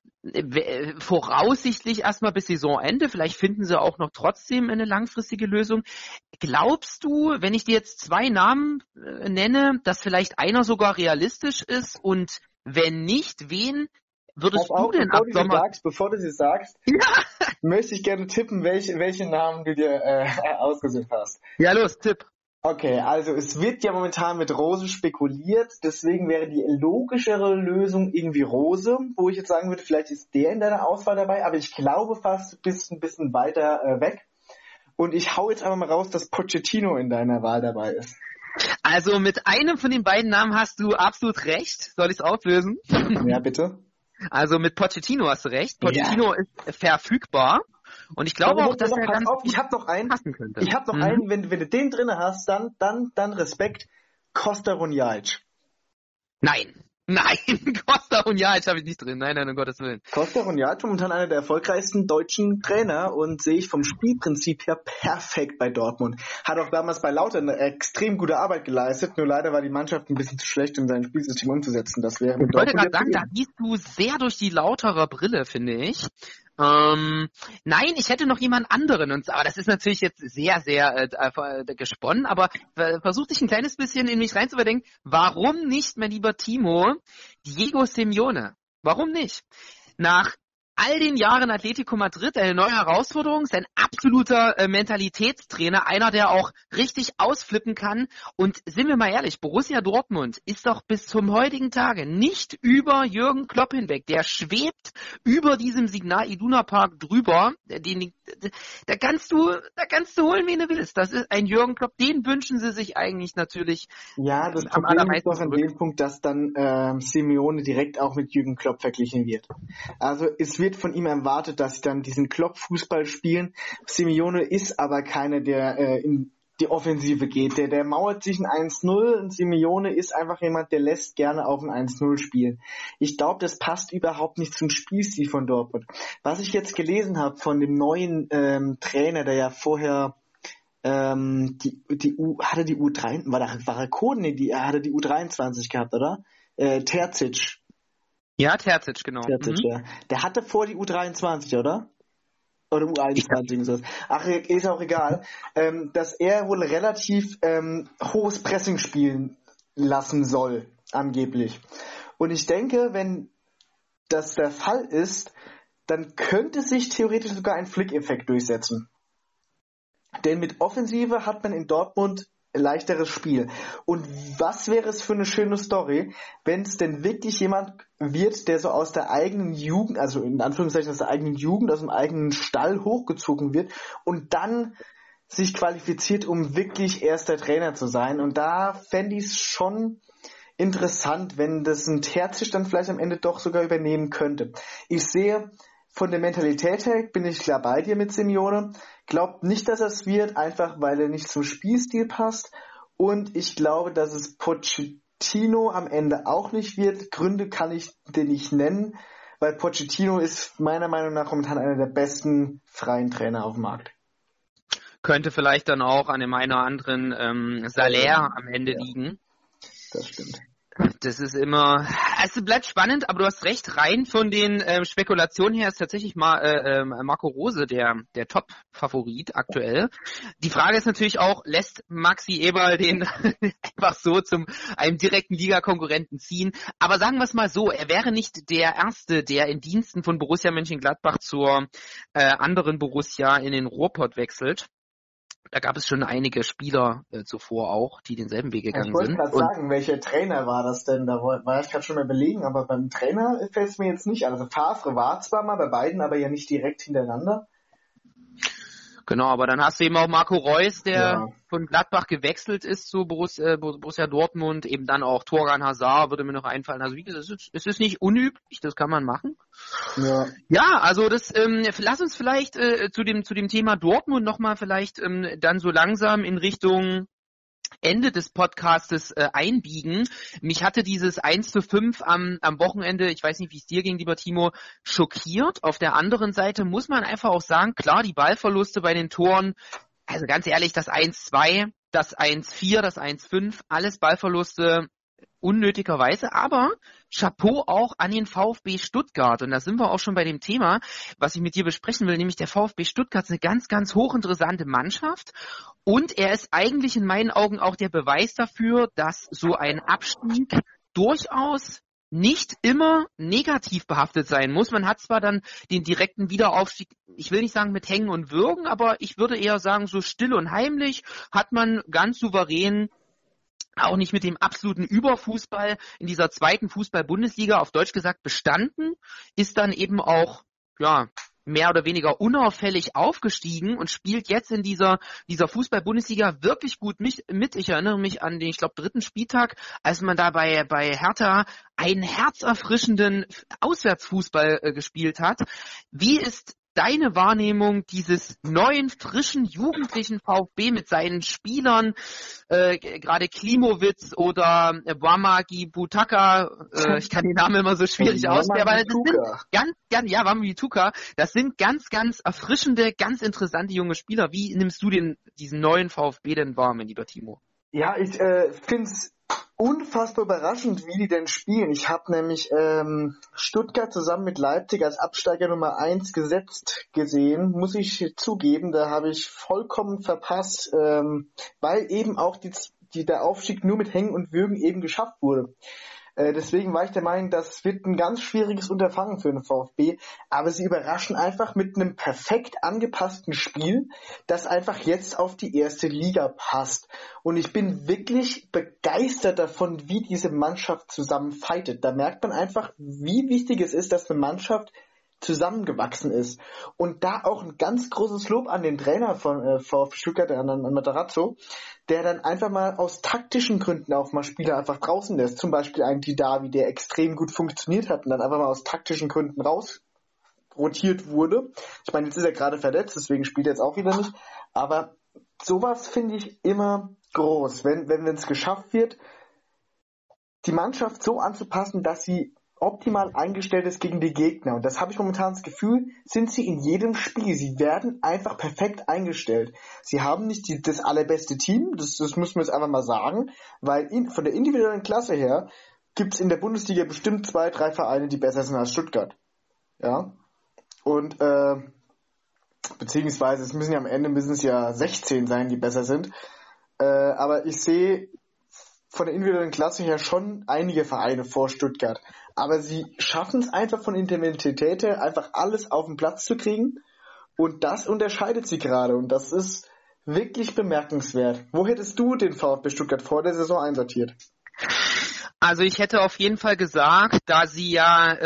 voraussichtlich erstmal bis Saisonende. Vielleicht finden sie auch noch trotzdem eine langfristige Lösung. Glaubst du, wenn ich dir jetzt 2 Namen nenne, dass vielleicht einer sogar realistisch ist und wenn nicht, wen würdest du denn ab Sommer... Bevor du sie sagst, möchte ich gerne tippen, welche Namen du dir ausgesucht hast. Ja, los, Tipp. Okay, also es wird ja momentan mit Rose spekuliert, deswegen wäre die logischere Lösung irgendwie Rose, wo ich jetzt sagen würde, vielleicht ist der in deiner Auswahl dabei, aber ich glaube fast, du bist ein bisschen weiter weg. Und ich hau jetzt einfach mal raus, dass Pochettino in deiner Wahl dabei ist. Also mit einem von den beiden Namen hast du absolut recht. Soll ich es auflösen? Ja, bitte. Also mit Pochettino hast du recht. Pochettino ist verfügbar. Und ich glaube auch, dass er ganz ich habe noch einen, passen könnte. Ich habe noch einen, wenn du den drin hast, dann Respekt, Costa Runjaic. Nein, Costa Runjaic habe ich nicht drin. Nein, um Gottes Willen. Costa Runjaic momentan einer der erfolgreichsten deutschen Trainer und sehe ich vom Spielprinzip her perfekt bei Dortmund. Hat auch damals bei Lautern eine extrem gute Arbeit geleistet, nur leider war die Mannschaft ein bisschen zu schlecht, um sein Spielsystem umzusetzen. Das wäre mit Dortmund. Ich wollte Dortmund gerade sagen, da siehst du sehr durch die Lauterer Brille, finde ich. Nein, ich hätte noch jemand anderen, aber das ist natürlich jetzt sehr, sehr gesponnen, aber versuch dich ein kleines bisschen in mich reinzuverdenken. Warum nicht, mein lieber Timo, Diego Simeone? Warum nicht? Nach all den Jahren Atletico Madrid eine neue Herausforderung, sein absoluter Mentalitätstrainer, einer, der auch richtig ausflippen kann. Und sind wir mal ehrlich, Borussia Dortmund ist doch bis zum heutigen Tage nicht über Jürgen Klopp hinweg. Der schwebt über diesem Signal Iduna Park drüber. Da kannst du holen, wen du willst. Das ist ein Jürgen Klopp, den wünschen sie sich eigentlich natürlich. Ja, das Problem ist doch an dem Punkt, dass dann Simeone direkt auch mit Jürgen Klopp verglichen wird. Also es wird von ihm erwartet, dass sie dann diesen Klopp-Fußball spielen. Simeone ist aber keiner, der in die Offensive geht. Der mauert sich ein 1-0 und Simeone ist einfach jemand, der lässt gerne auf ein 1-0 spielen. Ich glaube, das passt überhaupt nicht zum Spielstil von Dortmund. Was ich jetzt gelesen habe von dem neuen Trainer, der ja vorher hatte die U3, war er Kohn? Nee, er hatte die U23 gehabt, oder? Terzic. Ja, Terzic, genau. Terzic, ja. Der hatte vor die U23, oder? Oder U21. Ach, ist auch egal. Dass er wohl relativ hohes Pressing spielen lassen soll, angeblich. Und ich denke, wenn das der Fall ist, dann könnte sich theoretisch sogar ein Flick-Effekt durchsetzen. Denn mit Offensive hat man in Dortmund leichteres Spiel. Und was wäre es für eine schöne Story, wenn es denn wirklich jemand wird, der so aus der eigenen Jugend, also in Anführungszeichen aus der eigenen Jugend, aus dem eigenen Stall hochgezogen wird und dann sich qualifiziert, um wirklich erster Trainer zu sein. Und da fände ich es schon interessant, wenn das ein Terzic dann vielleicht am Ende doch sogar übernehmen könnte. Ich sehe, von der Mentalität her bin ich klar bei dir mit Simeone. Glaubt nicht, dass es wird, einfach weil er nicht zum Spielstil passt. Und ich glaube, dass es Pochettino am Ende auch nicht wird. Gründe kann ich dir nicht nennen, weil Pochettino ist meiner Meinung nach momentan einer der besten freien Trainer auf dem Markt. Könnte vielleicht dann auch an dem einen oder anderen Salär am Ende liegen. Das stimmt. Das ist immer, es bleibt spannend, aber du hast recht, rein von den Spekulationen her ist tatsächlich mal Marco Rose der Top-Favorit aktuell. Die Frage ist natürlich auch, lässt Maxi Eberl den einfach so zum einem direkten Ligakonkurrenten ziehen? Aber sagen wir es mal so, er wäre nicht der Erste, der in Diensten von Borussia Mönchengladbach zur anderen Borussia in den Ruhrpott wechselt. Da gab es schon einige Spieler zuvor auch, die denselben Weg gegangen sind. Ich wollte gerade sagen, welcher Trainer war das denn? Da war ich gerade schon mal überlegen, aber beim Trainer fällt es mir jetzt nicht. Also Favre war zwar mal bei beiden, aber ja nicht direkt hintereinander. Genau, aber dann hast du eben auch Marco Reus, der von Gladbach gewechselt ist zu Borussia Dortmund, eben dann auch Thorgan Hazard würde mir noch einfallen. Also wie gesagt, es ist nicht unüblich, das kann man machen. Ja, also das lass uns vielleicht zu dem Thema Dortmund nochmal vielleicht dann so langsam in Richtung Ende des Podcastes einbiegen. Mich hatte dieses 1:5 am Wochenende, ich weiß nicht, wie es dir ging, lieber Timo, schockiert. Auf der anderen Seite muss man einfach auch sagen, klar, die Ballverluste bei den Toren, also ganz ehrlich, das 1:2, das 1:4, das 1:5, alles Ballverluste, unnötigerweise, aber Chapeau auch an den VfB Stuttgart. Und da sind wir auch schon bei dem Thema, was ich mit dir besprechen will, nämlich der VfB Stuttgart ist eine ganz, ganz hochinteressante Mannschaft. Und er ist eigentlich in meinen Augen auch der Beweis dafür, dass so ein Abstieg durchaus nicht immer negativ behaftet sein muss. Man hat zwar dann den direkten Wiederaufstieg, ich will nicht sagen mit Hängen und Würgen, aber ich würde eher sagen, so still und heimlich hat man ganz souverän, auch nicht mit dem absoluten Überfußball in dieser zweiten Fußball-Bundesliga, auf Deutsch gesagt, bestanden, ist dann eben auch, ja, mehr oder weniger unauffällig aufgestiegen und spielt jetzt in dieser Fußball-Bundesliga wirklich gut mit. Ich erinnere mich an den, ich glaube, 3. Spieltag, als man da bei Hertha einen herzerfrischenden Auswärtsfußball gespielt hat. Wie ist deine Wahrnehmung dieses neuen, frischen, jugendlichen VfB mit seinen Spielern, gerade Klimowitz oder Wamagi Butaka, ich kann die Namen immer so schwierig aussprechen, aber das sind Wamagi Tuka, das sind ganz, ganz erfrischende, ganz interessante junge Spieler. Wie nimmst du diesen neuen VfB denn wahr, mein lieber Timo? Ja, ich finde es unfassbar überraschend, wie die denn spielen. Ich habe nämlich Stuttgart zusammen mit Leipzig als Absteiger Nummer 1 gesetzt gesehen, muss ich zugeben. Da habe ich vollkommen verpasst, weil eben auch der Aufstieg nur mit Hängen und Würgen eben geschafft wurde. Deswegen war ich der Meinung, das wird ein ganz schwieriges Unterfangen für den VfB, aber sie überraschen einfach mit einem perfekt angepassten Spiel, das einfach jetzt auf die erste Liga passt. Und ich bin wirklich begeistert davon, wie diese Mannschaft zusammen fightet. Da merkt man einfach, wie wichtig es ist, dass eine Mannschaft zusammengewachsen ist. Und da auch ein ganz großes Lob an den Trainer von VfB Stuttgart, an Matarazzo, der dann einfach mal aus taktischen Gründen auch mal Spieler einfach draußen lässt. Zum Beispiel einen Didavi, der extrem gut funktioniert hat und dann einfach mal aus taktischen Gründen raus rotiert wurde. Ich meine, jetzt ist er gerade verletzt, deswegen spielt er jetzt auch wieder nicht. Aber sowas finde ich immer groß, wenn es geschafft wird, die Mannschaft so anzupassen, dass sie optimal eingestellt ist gegen die Gegner. Und das habe ich momentan das Gefühl, sind sie in jedem Spiel. Sie werden einfach perfekt eingestellt. Sie haben nicht das allerbeste Team, das müssen wir jetzt einfach mal sagen, weil von der individuellen Klasse her gibt es in der Bundesliga bestimmt 2, 3 Vereine, die besser sind als Stuttgart. Ja. Und beziehungsweise müssen es ja 16 sein, die besser sind. Aber ich sehe von der individuellen Klasse her schon einige Vereine vor Stuttgart. Aber sie schaffen es einfach von Intensität her, einfach alles auf den Platz zu kriegen. Und das unterscheidet sie gerade. Und das ist wirklich bemerkenswert. Wo hättest du den VfB Stuttgart vor der Saison einsortiert? Also ich hätte auf jeden Fall gesagt, da sie ja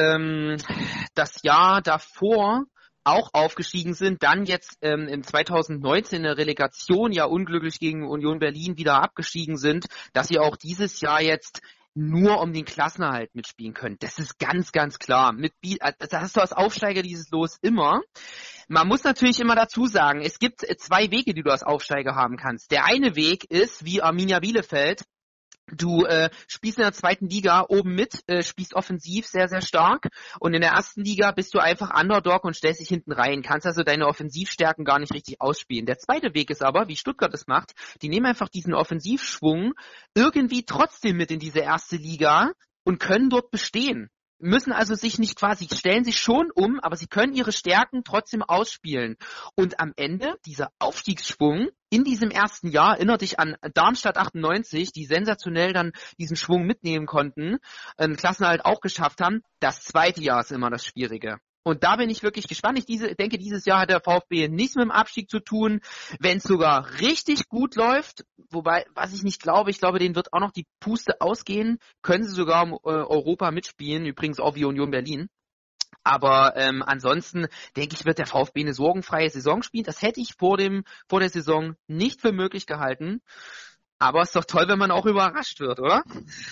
das Jahr davor auch aufgestiegen sind, dann jetzt in 2019 in der Relegation ja unglücklich gegen Union Berlin wieder abgestiegen sind, dass sie auch dieses Jahr jetzt nur um den Klassenerhalt mitspielen können. Das ist ganz, ganz klar. Da hast du als Aufsteiger dieses Los immer. Man muss natürlich immer dazu sagen, es gibt 2 Wege, die du als Aufsteiger haben kannst. Der eine Weg ist, wie Arminia Bielefeld, du spielst in der 2. Liga oben mit, spielst offensiv sehr, sehr stark und in der 1. Liga bist du einfach Underdog und stellst dich hinten rein, kannst also deine Offensivstärken gar nicht richtig ausspielen. Der zweite Weg ist aber, wie Stuttgart es macht, die nehmen einfach diesen Offensivschwung irgendwie trotzdem mit in diese 1. Liga und können dort bestehen. Müssen also stellen sich schon um, aber sie können ihre Stärken trotzdem ausspielen. Und am Ende, dieser Aufstiegsschwung in diesem ersten Jahr, erinnert dich an Darmstadt 98, die sensationell dann diesen Schwung mitnehmen konnten, einen Klassenerhalt auch geschafft haben. Das zweite Jahr ist immer das Schwierige. Und da bin ich wirklich gespannt. Ich denke, dieses Jahr hat der VfB nichts mit dem Abstieg zu tun. Wenn es sogar richtig gut läuft, wobei, was ich nicht glaube, ich glaube, denen wird auch noch die Puste ausgehen, können sie sogar um Europa mitspielen, übrigens auch wie Union Berlin. Aber ansonsten, denke ich, wird der VfB eine sorgenfreie Saison spielen. Das hätte ich vor der Saison nicht für möglich gehalten. Aber es ist doch toll, wenn man auch überrascht wird, oder?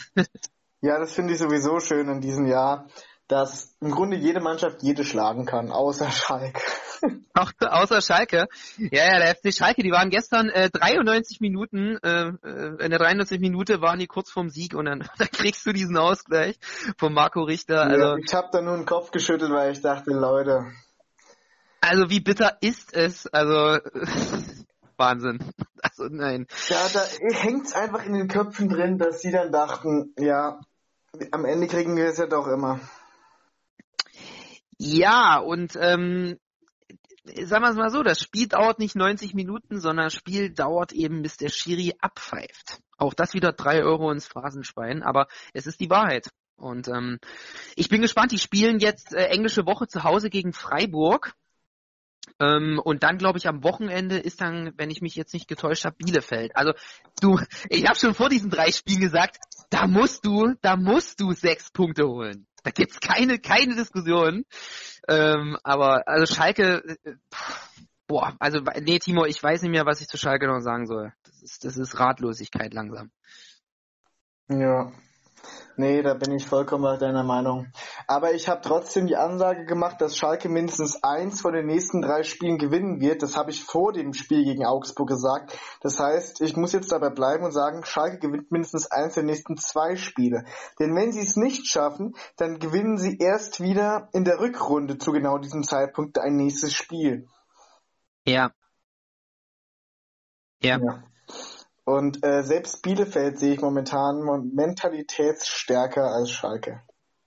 Ja, das finde ich sowieso schön in diesem Jahr, dass im Grunde jede Mannschaft jede schlagen kann, außer Schalke. Auch außer Schalke. Ja, der FC Schalke, die waren gestern 93 Minuten, in der 93 Minute waren die kurz vorm Sieg und dann kriegst du diesen Ausgleich von Marco Richter. Also, ja, ich habe da nur den Kopf geschüttelt, weil ich dachte, Leute. Also wie bitter ist es? Also Wahnsinn. Also nein. Ja, da hängt's einfach in den Köpfen drin, dass sie dann dachten, ja, am Ende kriegen wir es ja doch immer. Ja, und sagen wir es mal so, das Spiel dauert nicht 90 Minuten, sondern das Spiel dauert eben, bis der Schiri abpfeift. Auch das wieder 3 Euro ins Phrasenschwein, aber es ist die Wahrheit. Und ich bin gespannt, die spielen jetzt englische Woche zu Hause gegen Freiburg. Und dann, glaube ich, am Wochenende ist dann, wenn ich mich jetzt nicht getäuscht habe, Bielefeld. Also ich habe schon vor diesen 3 Spielen gesagt, da musst du 6 Punkte holen. Da gibt's keine Diskussion. Aber also Schalke, nee, Timo, ich weiß nicht mehr, was ich zu Schalke noch sagen soll. Das ist Ratlosigkeit langsam. Ja. Nee, da bin ich vollkommen bei deiner Meinung. Aber ich habe trotzdem die Ansage gemacht, dass Schalke mindestens 1 von den nächsten 3 Spielen gewinnen wird. Das habe ich vor dem Spiel gegen Augsburg gesagt. Das heißt, ich muss jetzt dabei bleiben und sagen, Schalke gewinnt mindestens 1 der nächsten 2 Spiele. Denn wenn sie es nicht schaffen, dann gewinnen sie erst wieder in der Rückrunde zu genau diesem Zeitpunkt ein nächstes Spiel. Ja. Und selbst Bielefeld sehe ich momentan mentalitätsstärker als Schalke.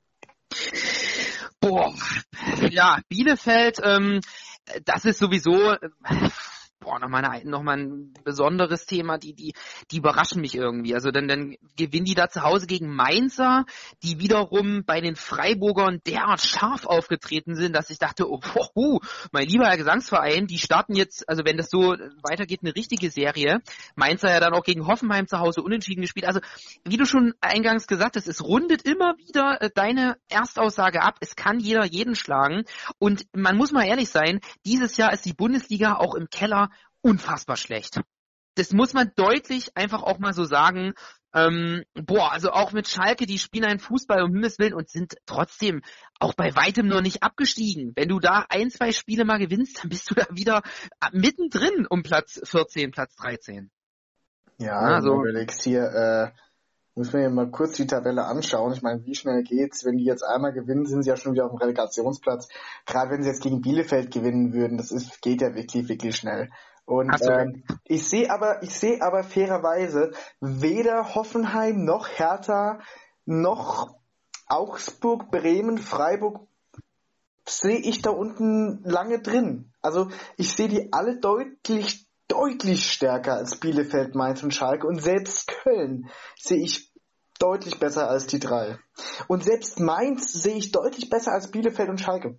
Boah, ja, Bielefeld, das ist sowieso nochmal ein besonderes Thema, die überraschen mich irgendwie. Also dann gewinnen die da zu Hause gegen Mainzer, die wiederum bei den Freiburgern derart scharf aufgetreten sind, dass ich dachte, mein lieber Herr Gesangsverein, die starten jetzt, also wenn das so weitergeht, eine richtige Serie. Mainzer ja dann auch gegen Hoffenheim zu Hause unentschieden gespielt. Also wie du schon eingangs gesagt hast, es rundet immer wieder deine Erstaussage ab. Es kann jeder jeden schlagen. Und man muss mal ehrlich sein, dieses Jahr ist die Bundesliga auch im Keller unfassbar schlecht. Das muss man deutlich einfach auch mal so sagen. Also auch mit Schalke, die spielen einen Fußball um Himmels Willen und sind trotzdem auch bei weitem noch nicht abgestiegen. Wenn du da 1, 2 Spiele mal gewinnst, dann bist du da wieder mittendrin um Platz 14, Platz 13. Ja, also überlegst hier, muss man ja mal kurz die Tabelle anschauen. Ich meine, wie schnell geht's? Wenn die jetzt einmal gewinnen, sind sie ja schon wieder auf dem Relegationsplatz. Gerade wenn sie jetzt gegen Bielefeld gewinnen würden, geht ja wirklich, wirklich schnell. Und ich sehe aber fairerweise weder Hoffenheim noch Hertha noch Augsburg, Bremen, Freiburg sehe ich da unten lange drin. Also ich sehe die alle deutlich stärker als Bielefeld, Mainz und Schalke. Und selbst Köln sehe ich deutlich besser als die 3. Und selbst Mainz sehe ich deutlich besser als Bielefeld und Schalke.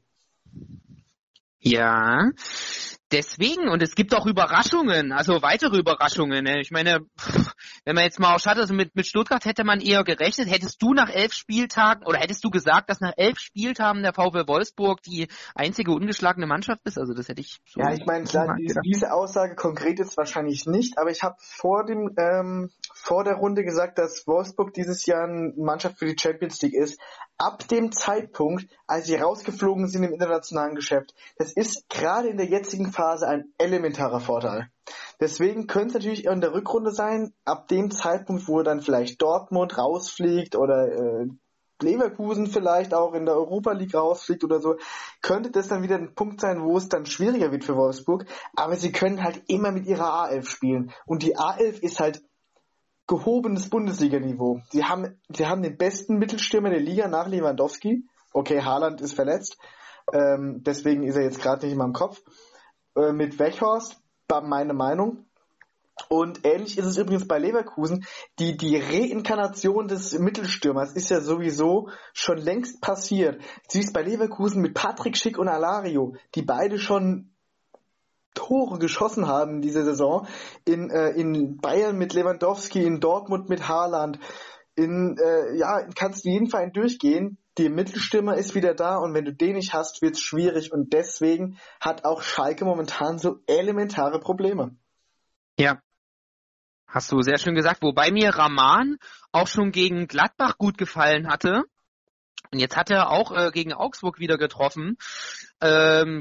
Ja, deswegen, und es gibt auch Überraschungen, also weitere Überraschungen. Ich meine, wenn man jetzt mal schaut, also mit Stuttgart hätte man eher gerechnet. Hättest du nach 11 Spieltagen, oder hättest du gesagt, dass nach 11 Spieltagen der VfL Wolfsburg die einzige ungeschlagene Mannschaft ist? Also das hätte ich so. Ja, ich meine, klar, diese Aussage konkret jetzt wahrscheinlich nicht, aber ich habe vor der Runde gesagt, dass Wolfsburg dieses Jahr eine Mannschaft für die Champions League ist. Ab dem Zeitpunkt, als sie rausgeflogen sind im internationalen Geschäft, das ist gerade in der jetzigen Phase ein elementarer Vorteil. Deswegen könnte es natürlich in der Rückrunde sein, ab dem Zeitpunkt, wo dann vielleicht Dortmund rausfliegt oder Leverkusen vielleicht auch in der Europa League rausfliegt oder so, könnte das dann wieder ein Punkt sein, wo es dann schwieriger wird für Wolfsburg. Aber sie können halt immer mit ihrer A11 spielen. Und die A11 ist halt gehobenes Bundesliga-Niveau. Sie haben den besten Mittelstürmer der Liga nach Lewandowski. Okay, Haaland ist verletzt. Deswegen ist er jetzt gerade nicht in meinem Kopf. Mit Weghorst, meine Meinung. Und ähnlich ist es übrigens bei Leverkusen. Die Reinkarnation des Mittelstürmers ist ja sowieso schon längst passiert. Sie ist bei Leverkusen mit Patrick Schick und Alario, die beide schon Tore geschossen haben in dieser Saison. In Bayern mit Lewandowski, in Dortmund mit Haaland. Kannst du jeden Verein durchgehen. Der Mittelstürmer ist wieder da und wenn du den nicht hast, wird's schwierig. Und deswegen hat auch Schalke momentan so elementare Probleme. Ja, hast du sehr schön gesagt. Wobei mir Rahman auch schon gegen Gladbach gut gefallen hatte. Und jetzt hat er auch gegen Augsburg wieder getroffen.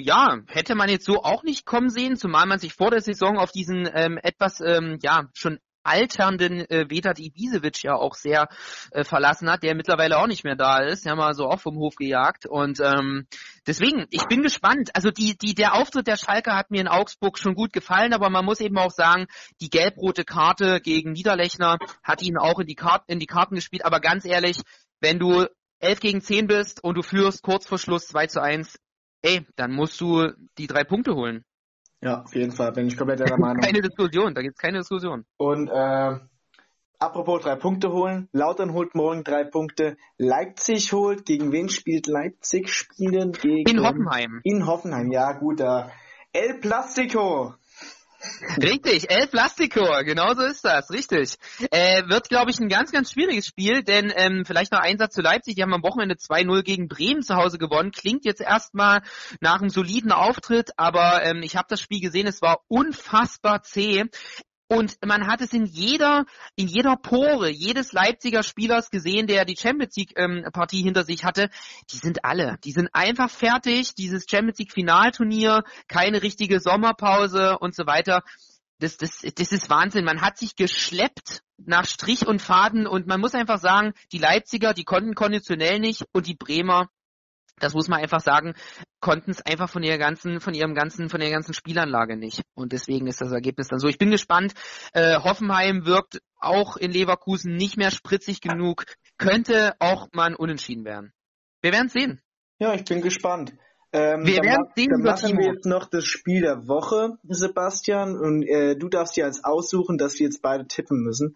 Hätte man jetzt so auch nicht kommen sehen, zumal man sich vor der Saison auf diesen schon alternden Vedat Ibisevic ja auch sehr verlassen hat, der mittlerweile auch nicht mehr da ist. Die haben wir so auch vom Hof gejagt. Und deswegen, ich bin gespannt. Also der Auftritt der Schalker hat mir in Augsburg schon gut gefallen, aber man muss eben auch sagen, die gelb-rote Karte gegen Niederlechner hat ihn auch in die Karten gespielt. Aber ganz ehrlich, wenn du 11-10 bist und du führst kurz vor Schluss 2-1, dann musst du die 3 Punkte holen. Ja, auf jeden Fall, bin ich komplett der Meinung. Da gibt's keine Diskussion. Und apropos 3 Punkte holen, Lautern holt morgen 3 Punkte, Leipzig holt, gegen wen spielt Leipzig? Spielen gegen... In Hoffenheim. In Hoffenheim, ja gut, El Plastico. Richtig, El Plastico, genau so ist das, richtig. Wird, glaube ich, ein ganz, ganz schwieriges Spiel, denn vielleicht noch ein Satz zu Leipzig, die haben am Wochenende 2-0 gegen Bremen zu Hause gewonnen, klingt jetzt erstmal nach einem soliden Auftritt, aber ich habe das Spiel gesehen, es war unfassbar zäh. Und man hat es in jeder Pore jedes Leipziger Spielers gesehen, der die Champions League Partie hinter sich hatte. Die sind einfach fertig. Dieses Champions League Finalturnier, keine richtige Sommerpause und so weiter. Das ist Wahnsinn. Man hat sich geschleppt nach Strich und Faden und man muss einfach sagen, die Leipziger, die konnten konditionell nicht und die Bremer, das muss man einfach sagen, konnten es einfach von ihrer ganzen Spielanlage nicht. Und deswegen ist das Ergebnis dann so. Ich bin gespannt. Hoffenheim wirkt auch in Leverkusen nicht mehr spritzig genug. Könnte auch mal ein Unentschieden werden. Wir werden es sehen. Ja, ich bin gespannt. Wir werden sehen, dann machen wir jetzt noch das Spiel der Woche, Sebastian. Und du darfst dir eins aussuchen, dass wir jetzt beide tippen müssen.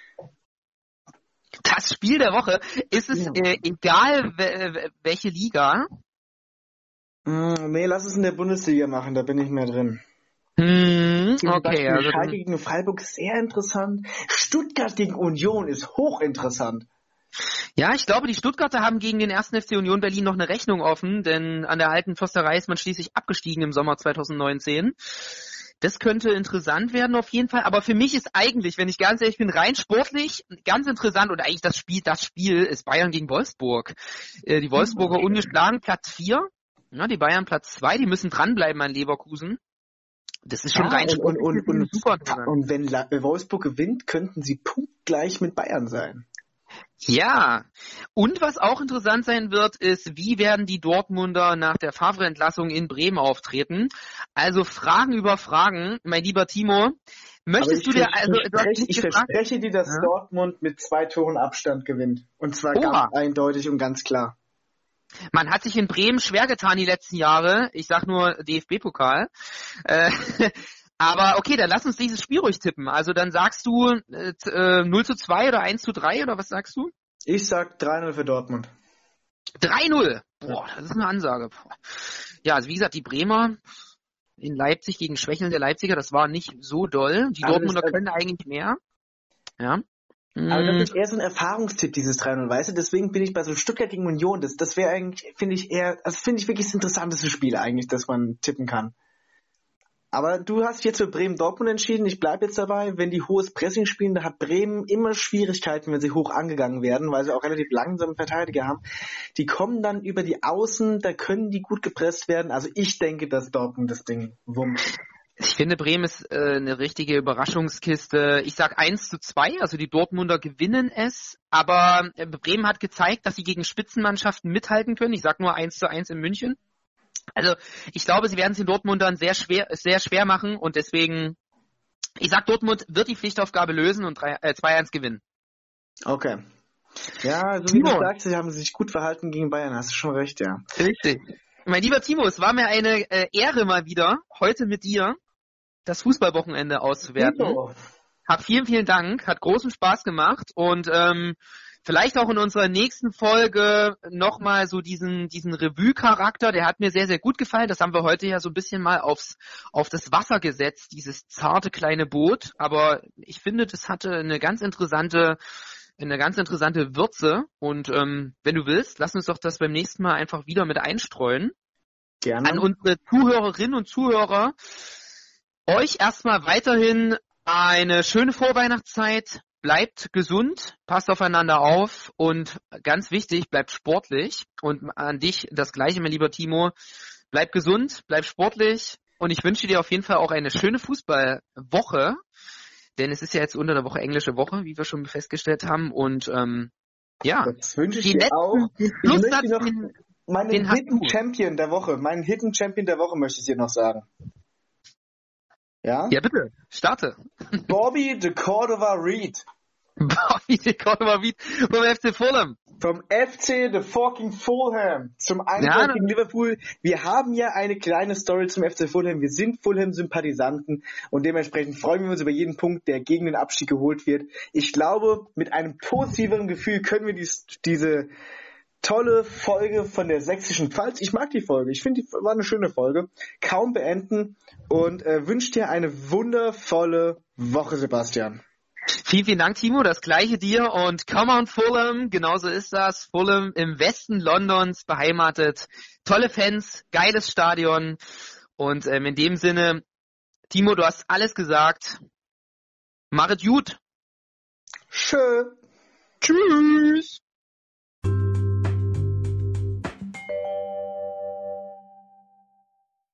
Das Spiel der Woche, ist es egal, welche Liga? Nee, lass es in der Bundesliga machen, da bin ich mehr drin. Okay. Also Schalke gegen Freiburg ist sehr interessant. Stuttgart gegen Union ist hochinteressant. Ja, ich glaube, die Stuttgarter haben gegen den 1. FC Union Berlin noch eine Rechnung offen, denn an der alten Försterei ist man schließlich abgestiegen im Sommer 2019. Das könnte interessant werden auf jeden Fall, aber für mich ist eigentlich, wenn ich ganz ehrlich bin, rein sportlich ganz interessant und eigentlich das Spiel ist Bayern gegen Wolfsburg. Die Wolfsburger ungeschlagen, Platz 4, ja, die Bayern Platz 2, die müssen dranbleiben an Leverkusen. Das ist schon rein sportlich super interessant. Und wenn Wolfsburg gewinnt, könnten sie punktgleich mit Bayern sein. Ja, und was auch interessant sein wird, ist, wie werden die Dortmunder nach der Favre-Entlassung in Bremen auftreten? Also Fragen über Fragen. Mein lieber Timo, möchtest du dir... Ich verspreche dir, dass Dortmund mit 2 Toren Abstand gewinnt. Und zwar ganz eindeutig und ganz klar. Man hat sich in Bremen schwer getan die letzten Jahre. Ich sag nur DFB-Pokal. Aber okay, dann lass uns dieses Spiel ruhig tippen. Also dann sagst du 0-2 oder 1-3 oder was sagst du? Ich sag 3-0 für Dortmund. 3-0? Boah, das ist eine Ansage. Ja, also wie gesagt, die Bremer in Leipzig gegen schwächelnde Leipziger, das war nicht so doll. Die Dortmunder können eigentlich mehr. Ja. Aber das ist eher so ein Erfahrungstipp, dieses 3-0, weißt du? Deswegen bin ich bei so Stuttgart gegen Union. Das wäre eigentlich, finde ich wirklich das interessanteste Spiel eigentlich, das man tippen kann. Aber du hast jetzt für Bremen-Dortmund entschieden. Ich bleibe jetzt dabei. Wenn die hohes Pressing spielen, da hat Bremen immer Schwierigkeiten, wenn sie hoch angegangen werden, weil sie auch relativ langsame Verteidiger haben. Die kommen dann über die Außen, da können die gut gepresst werden. Also ich denke, dass Dortmund das Ding wummt. Ich finde, Bremen ist eine richtige Überraschungskiste. Ich sag 1-2, also die Dortmunder gewinnen es. Aber Bremen hat gezeigt, dass sie gegen Spitzenmannschaften mithalten können. Ich sag nur 1-1 in München. Also ich glaube, sie werden es den Dortmundern sehr schwer machen und deswegen, ich sag, Dortmund wird die Pflichtaufgabe lösen und 2-1 gewinnen. Okay. Ja, also wie du sagst, sie haben sich gut verhalten gegen Bayern, hast du schon recht, ja. Richtig. Mein lieber Timo, es war mir eine Ehre mal wieder, heute mit dir das Fußballwochenende auszuwerten. Hab vielen, vielen Dank, hat großen Spaß gemacht und vielleicht auch in unserer nächsten Folge nochmal so diesen Revue-Charakter, der hat mir sehr, sehr gut gefallen. Das haben wir heute ja so ein bisschen mal auf das Wasser gesetzt, dieses zarte kleine Boot. Aber ich finde, das hatte eine ganz interessante Würze. Und wenn du willst, lass uns doch das beim nächsten Mal einfach wieder mit einstreuen. Gerne. An unsere Zuhörerinnen und Zuhörer, euch erstmal weiterhin eine schöne Vorweihnachtszeit. Bleibt gesund, passt aufeinander auf und ganz wichtig, bleibt sportlich. Und an dich das Gleiche, mein lieber Timo. Bleib gesund, bleib sportlich und ich wünsche dir auf jeden Fall auch eine schöne Fußballwoche. denn es ist ja jetzt unter der Woche englische Woche, wie wir schon festgestellt haben. Und ja, Das wünsche ich die dir auch. letzten Ich möchte Schlusssatz, noch meinen den hast Hidden du. Champion der Woche, möchte ich dir noch sagen. Ja? Ja, bitte, starte. Bobby de Cordova Reed. Bobby de Cordova Reed vom FC Fulham. Vom FC The Fucking Fulham zum Einsatz gegen Liverpool. Wir haben ja eine kleine Story zum FC Fulham. Wir sind Fulham-Sympathisanten und dementsprechend freuen wir uns über jeden Punkt, der gegen den Abstieg geholt wird. Ich glaube, mit einem positiveren Gefühl können wir diese tolle Folge von der Sächsischen Pfalz, ich mag die Folge, ich finde, die war eine schöne Folge, kaum beenden und wünsche dir eine wundervolle Woche, Sebastian. Vielen, vielen Dank, Timo. Das gleiche dir und come on Fulham, genauso ist das. Fulham im Westen Londons beheimatet. Tolle Fans, geiles Stadion und in dem Sinne, Timo, du hast alles gesagt. Machet gut. Tschö. Tschüss.